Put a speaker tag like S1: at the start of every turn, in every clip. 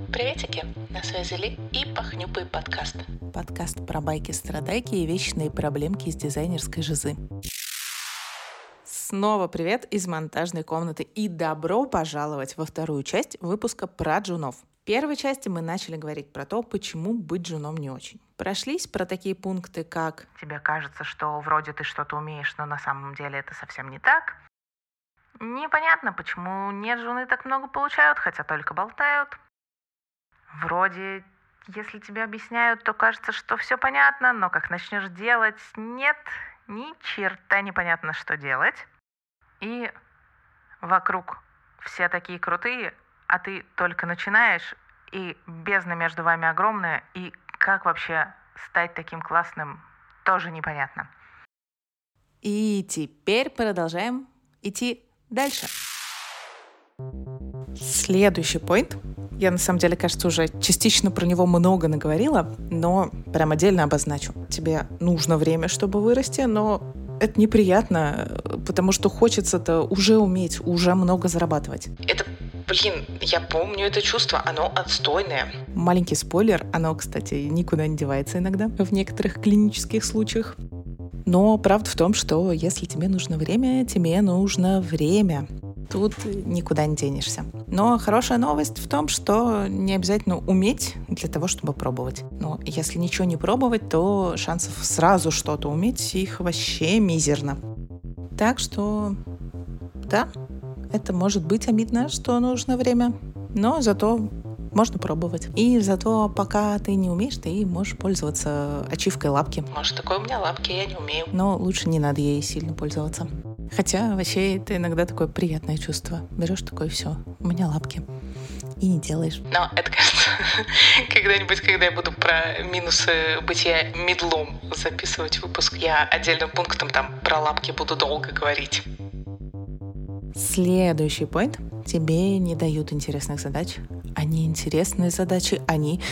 S1: Приветики, на связи Ли и Пахнюпый подкаст.
S2: Подкаст про байки-страдайки и вечные проблемки из дизайнерской жизы. Снова привет из монтажной комнаты и добро пожаловать во вторую часть выпуска про джунов. В первой части мы начали говорить про то, почему быть джуном не очень. Прошлись про такие пункты, как «тебе кажется, что вроде ты что-то умеешь, но на самом деле это совсем не так», «непонятно, почему не джуны так много получают, хотя только болтают», «вроде если тебе объясняют, то кажется, что все понятно, но как начнешь делать, нет, ни черта непонятно, что делать». И вокруг все такие крутые, а ты только начинаешь, и бездна между вами огромная, и как вообще стать таким классным, тоже непонятно. И теперь продолжаем идти дальше. Следующий поинт. Я, на самом деле, кажется, уже частично про него много наговорила, но прям отдельно обозначу. Тебе нужно время, чтобы вырасти, но это неприятно, потому что хочется-то уже уметь, уже много зарабатывать.
S1: Я помню это чувство, оно отстойное.
S2: Маленький спойлер, оно, кстати, никуда не девается иногда в некоторых клинических случаях. Но правда в том, что если тебе нужно время, тебе нужно время. Тут никуда не денешься. Но хорошая новость в том, что не обязательно уметь для того, чтобы пробовать. Но если ничего не пробовать, то шансов сразу что-то уметь их вообще мизерно. Так что, да, это может быть обидно, что нужно время, но зато можно пробовать. И зато пока ты не умеешь, ты можешь пользоваться ачивкой лапки.
S1: Может, такой у меня лапки, я не умею.
S2: Но лучше не надо ей сильно пользоваться. Хотя вообще это иногда такое приятное чувство. Берешь такое, все, у меня лапки. И не делаешь.
S1: Но это, кажется, когда-нибудь, когда я буду про минусы бытия медлом записывать выпуск, я отдельным пунктом там про лапки буду долго говорить.
S2: Следующий поинт. Тебе не дают интересных задач. Они интересные задачи, они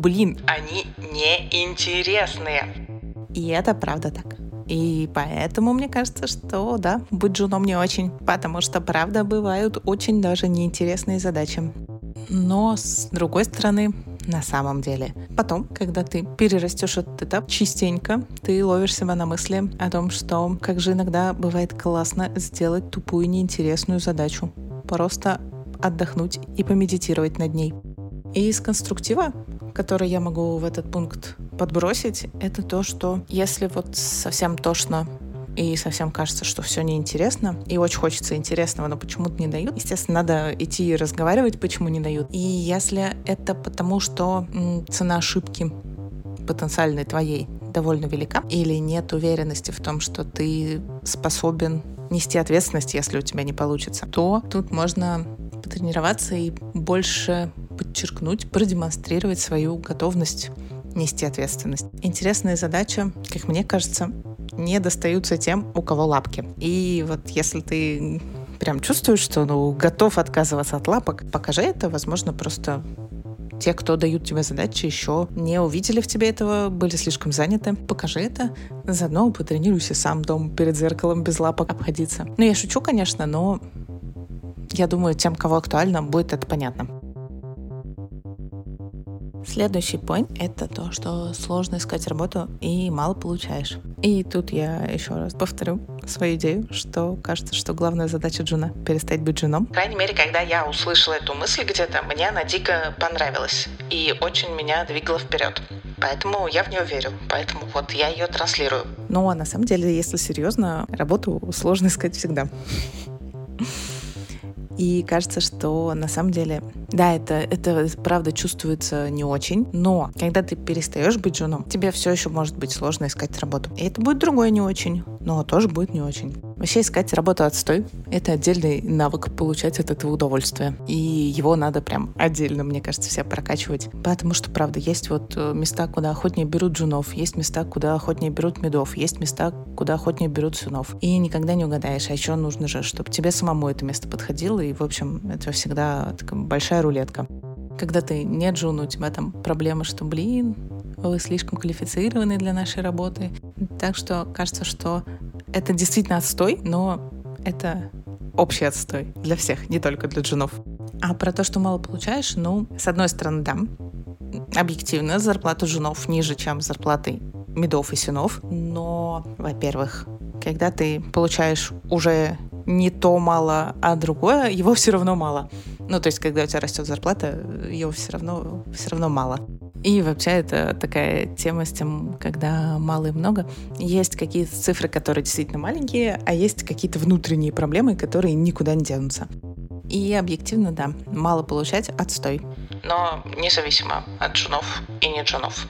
S1: неинтересные.
S2: И это правда так. И поэтому мне кажется, что да, быть джуном не очень, потому что, правда, бывают очень даже неинтересные задачи. Но, с другой стороны, на самом деле, потом, когда ты перерастешь этот этап, частенько ты ловишь себя на мысли о том, что как же иногда бывает классно сделать тупую неинтересную задачу. Просто отдохнуть и помедитировать над ней. И из конструктива, который я могу в этот пункт подбросить, это то, что если вот совсем тошно и совсем кажется, что все неинтересно, и очень хочется интересного, но почему-то не дают, естественно, надо идти и разговаривать, почему не дают. И если это потому, что цена ошибки потенциальной твоей довольно велика, или нет уверенности в том, что ты способен нести ответственность, если у тебя не получится, то тут можно потренироваться и больше подчеркнуть, продемонстрировать свою готовность нести ответственность. Интересная задача, как мне кажется, не достаются тем, у кого лапки. И вот если ты прям чувствуешь, что готов отказываться от лапок, покажи это. Возможно, просто те, кто дают тебе задачи, еще не увидели в тебе этого, были слишком заняты. Покажи это. Заодно потренируйся сам дома перед зеркалом без лапок обходиться. Ну, я шучу, конечно, но я думаю, тем, кого актуально, будет это понятно. Следующий point — это то, что сложно искать работу и мало получаешь. И тут я еще раз повторю свою идею, что кажется, что главная задача джуна — перестать быть джуном.
S1: По крайней мере, когда я услышала эту мысль где-то, мне она дико понравилась и очень меня двигала вперед. Поэтому я в нее верю, поэтому вот я ее транслирую.
S2: Ну, а на самом деле, если серьезно, работу сложно искать всегда. И кажется, что на самом деле, да, это правда чувствуется не очень, но когда ты перестаешь быть джуном, тебе все еще может быть сложно искать работу. И это будет другое не очень, но тоже будет не очень. Вообще искать работу отстой. Это отдельный навык получать от этого удовольствие. И его надо прям отдельно, мне кажется, себя прокачивать. Потому что, правда, есть вот места, куда охотнее берут джунов, есть места, куда охотнее берут мидов, есть места, куда охотнее берут сунов. И никогда не угадаешь. А еще нужно же, чтобы тебе самому это место подходило. И, в общем, это всегда такая большая рулетка. Когда ты не джун, у тебя там проблемы, что, вы слишком квалифицированы для нашей работы. Так что кажется, что это действительно отстой, но это общий отстой для всех, не только для джунов. А про то, что мало получаешь, с одной стороны, да, объективно зарплата женов ниже, чем зарплаты медов и сынов. Но, во-первых, когда ты получаешь уже не то мало, а другое, его все равно мало. То есть, когда у тебя растет зарплата, ее все равно мало. И вообще это такая тема с тем, когда мало и много. Есть какие-то цифры, которые действительно маленькие, а есть какие-то внутренние проблемы, которые никуда не денутся. И объективно, да, мало получать — отстой.
S1: Но независимо от женов и не женов.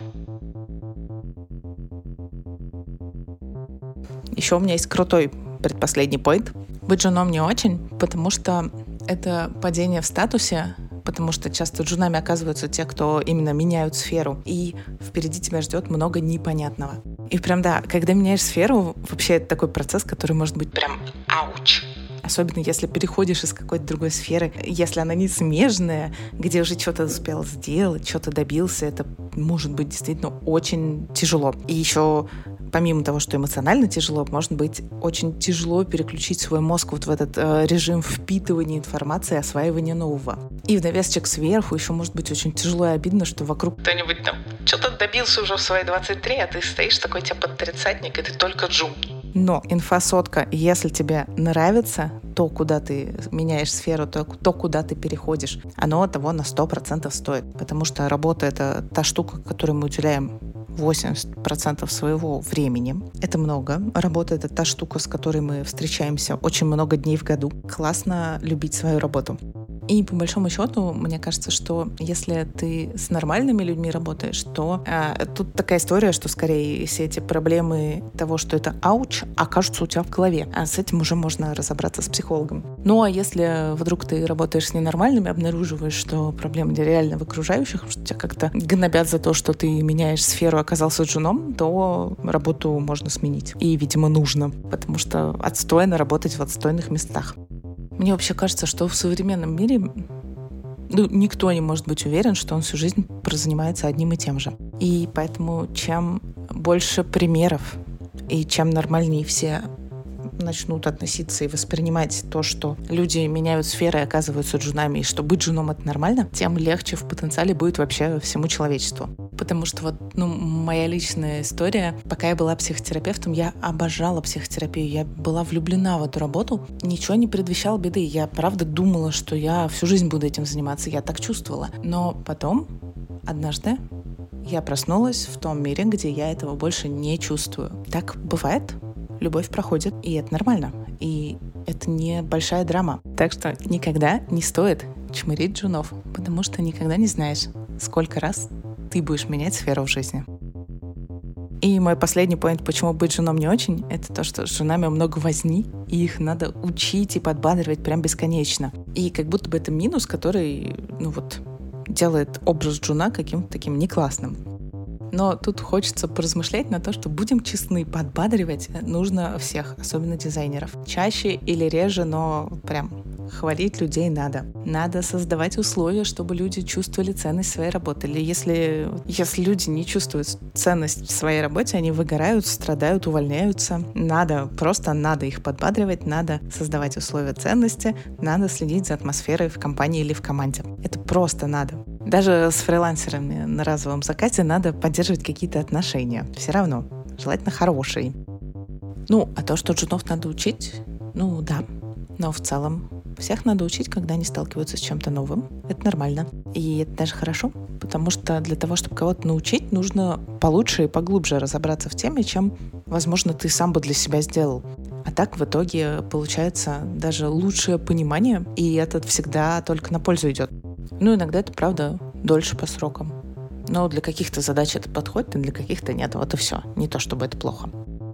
S2: Еще у меня есть крутой предпоследний поинт. Быть женом не очень, потому что это падение в статусе, потому что часто джунами оказываются те, кто именно меняют сферу, и впереди тебя ждет много непонятного. И прям да, когда меняешь сферу, вообще это такой процесс, который может быть
S1: прям ауч.
S2: Особенно если переходишь из какой-то другой сферы, если она не смежная, где уже что-то успел сделать, что-то добился, это может быть действительно очень тяжело. И еще помимо того, что эмоционально тяжело, может быть очень тяжело переключить свой мозг вот в этот режим впитывания информации, осваивания нового. И в довесочек сверху еще может быть очень тяжело и обидно, что вокруг
S1: кто-нибудь там что-то добился уже в свои 23, а ты стоишь такой тебя под тридцатник, и ты только джун.
S2: Но инфосотка, если тебе нравится то, куда ты меняешь сферу, то, куда ты переходишь, оно того на 100% стоит. Потому что работа — это та штука, которой мы уделяем 80% своего времени. Это много. Работа — это та штука, с которой мы встречаемся очень много дней в году. Классно любить свою работу. И по большому счету, мне кажется, что если ты с нормальными людьми работаешь, то тут такая история, что скорее все эти проблемы того, что это ауч, окажутся у тебя в голове. А с этим уже можно разобраться с психологом. Ну а если вдруг ты работаешь с ненормальными, обнаруживаешь, что проблемы реально в окружающих, что тебя как-то гнобят за то, что ты меняешь сферу, оказался джуном, то работу можно сменить. И, видимо, нужно, потому что отстойно работать в отстойных местах. Мне вообще кажется, что в современном мире никто не может быть уверен, что он всю жизнь прозанимается одним и тем же. И поэтому чем больше примеров и чем нормальнее все начнут относиться и воспринимать то, что люди меняют сферы и оказываются джунами, и что быть джуном — это нормально, тем легче в потенциале будет вообще всему человечеству. Потому что моя личная история, пока я была психотерапевтом, я обожала психотерапию, я была влюблена в эту работу, ничего не предвещало беды. Я правда думала, что я всю жизнь буду этим заниматься, я так чувствовала. Но потом, однажды, я проснулась в том мире, где я этого больше не чувствую. Так бывает. Любовь проходит, и это нормально. И это не большая драма. Так что никогда не стоит чмырить джунов, потому что никогда не знаешь, сколько раз ты будешь менять сферу в жизни. И мой последний поинт, почему быть женом не очень, это то, что с женами много возни, и их надо учить и подбадривать прям бесконечно. И как будто бы это минус, который, делает образ джуна каким-то таким неклассным. Но тут хочется поразмышлять на то, что, будем честны, подбадривать нужно всех, особенно дизайнеров. Чаще или реже, но прям хвалить людей надо. Надо создавать условия, чтобы люди чувствовали ценность своей работы. Или если люди не чувствуют ценность в своей работе, они выгорают, страдают, увольняются. Надо их подбадривать, надо создавать условия ценности, надо следить за атмосферой в компании или в команде. Это просто надо. Даже с фрилансерами на разовом заказе надо поддерживать какие-то отношения. Все равно. Желательно хорошие. А то, что джунов надо учить, да. Но в целом всех надо учить, когда они сталкиваются с чем-то новым. Это нормально. И это даже хорошо, потому что для того, чтобы кого-то научить, нужно получше и поглубже разобраться в теме, чем, возможно, ты сам бы для себя сделал. А так в итоге получается даже лучшее понимание, и это всегда только на пользу идет. Иногда это, правда, дольше по срокам. Но для каких-то задач это подходит, а для каких-то нет. Вот и все. Не то, чтобы это плохо.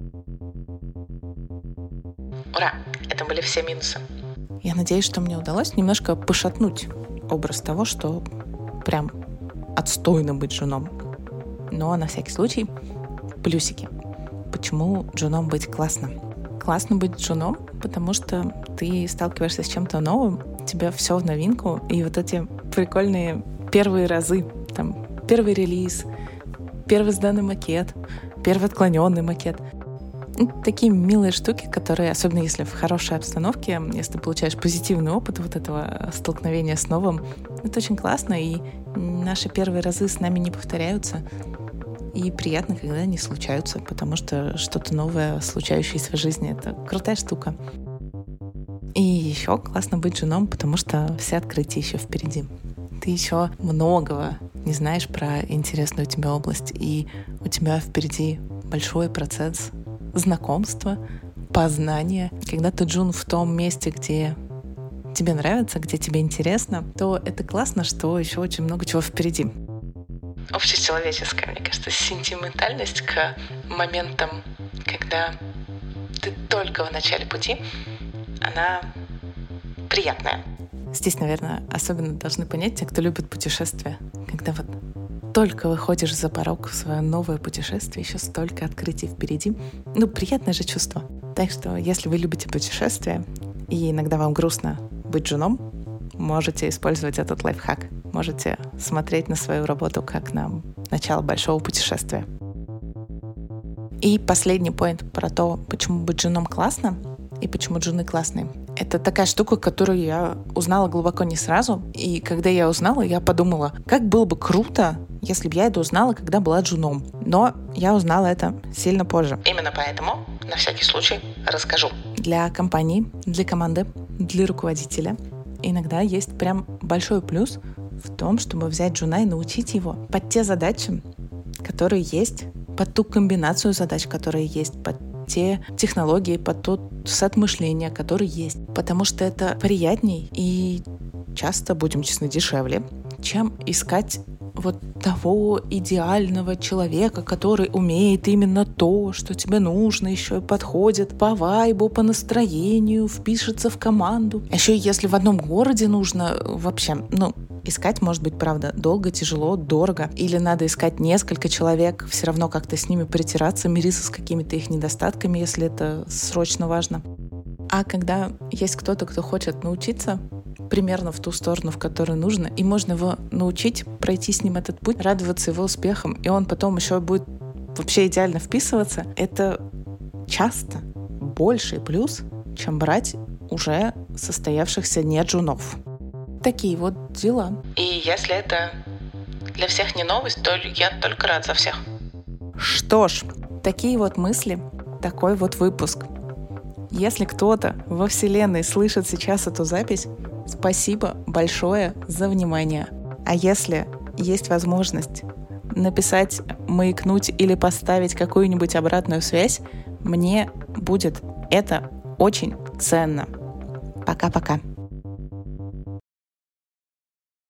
S1: Ура! Это были все минусы.
S2: Я надеюсь, что мне удалось немножко пошатнуть образ того, что прям отстойно быть джуном. Но на всякий случай плюсики. Почему джуном быть классно? Классно быть джуном, потому что ты сталкиваешься с чем-то новым, у тебя все в новинку, и вот эти прикольные первые разы, первый релиз, первый сданный макет, первый отклоненный макет, Такие милые штуки, которые, особенно если в хорошей обстановке, если ты получаешь позитивный опыт вот этого столкновения с новым, это очень классно, и наши первые разы с нами не повторяются. И приятно, когда они случаются, потому что что-то новое, случающееся в жизни, это крутая штука. И еще классно быть женом, потому что все открытия еще впереди. Ты еще многого не знаешь про интересную тебе область, и у тебя впереди большой процесс знакомства, познания. Когда ты джун в том месте, где тебе нравится, где тебе интересно, то это классно, что еще очень много чего впереди.
S1: Общечеловеческая, мне кажется, сентиментальность к моментам, когда ты только в начале пути, она приятная.
S2: Здесь, наверное, особенно должны понять те, кто любит путешествия. Когда вот только выходишь за порог в свое новое путешествие, еще столько открытий впереди. Приятное же чувство. Так что, если вы любите путешествия, и иногда вам грустно быть женом, можете использовать этот лайфхак. Можете смотреть на свою работу как на начало большого путешествия. И последний поинт про то, почему быть женом классно и почему джуны классные. Это такая штука, которую я узнала глубоко не сразу. И когда я узнала, я подумала, как было бы круто, если бы я это узнала, когда была джуном. Но я узнала это сильно позже.
S1: Именно поэтому, на всякий случай, расскажу.
S2: Для компании, для команды, для руководителя иногда есть прям большой плюс в том, чтобы взять джуна и научить его под те задачи, которые есть, под ту комбинацию задач, которые есть, под те технологии, под тот сет мышления, который есть. Потому что это приятней и часто, будем честны, дешевле, чем искать вот того идеального человека, который умеет именно то, что тебе нужно, еще и подходит по вайбу, по настроению, впишется в команду. А еще если в одном городе нужно вообще, искать, может быть, правда, долго, тяжело, дорого. Или надо искать несколько человек, все равно как-то с ними притираться, мириться с какими-то их недостатками, если это срочно важно. А когда есть кто-то, кто хочет научиться примерно в ту сторону, в которую нужно, и можно его научить, пройти с ним этот путь, радоваться его успехам, и он потом еще будет вообще идеально вписываться, это часто больший плюс, чем брать уже состоявшихся не джунов. Такие вот дела.
S1: И если это для всех не новость, то я только рад за всех.
S2: Что ж, такие вот мысли, такой вот выпуск. Если кто-то во Вселенной слышит сейчас эту запись, спасибо большое за внимание. А если есть возможность написать, маякнуть или поставить какую-нибудь обратную связь, мне будет это очень ценно. Пока-пока.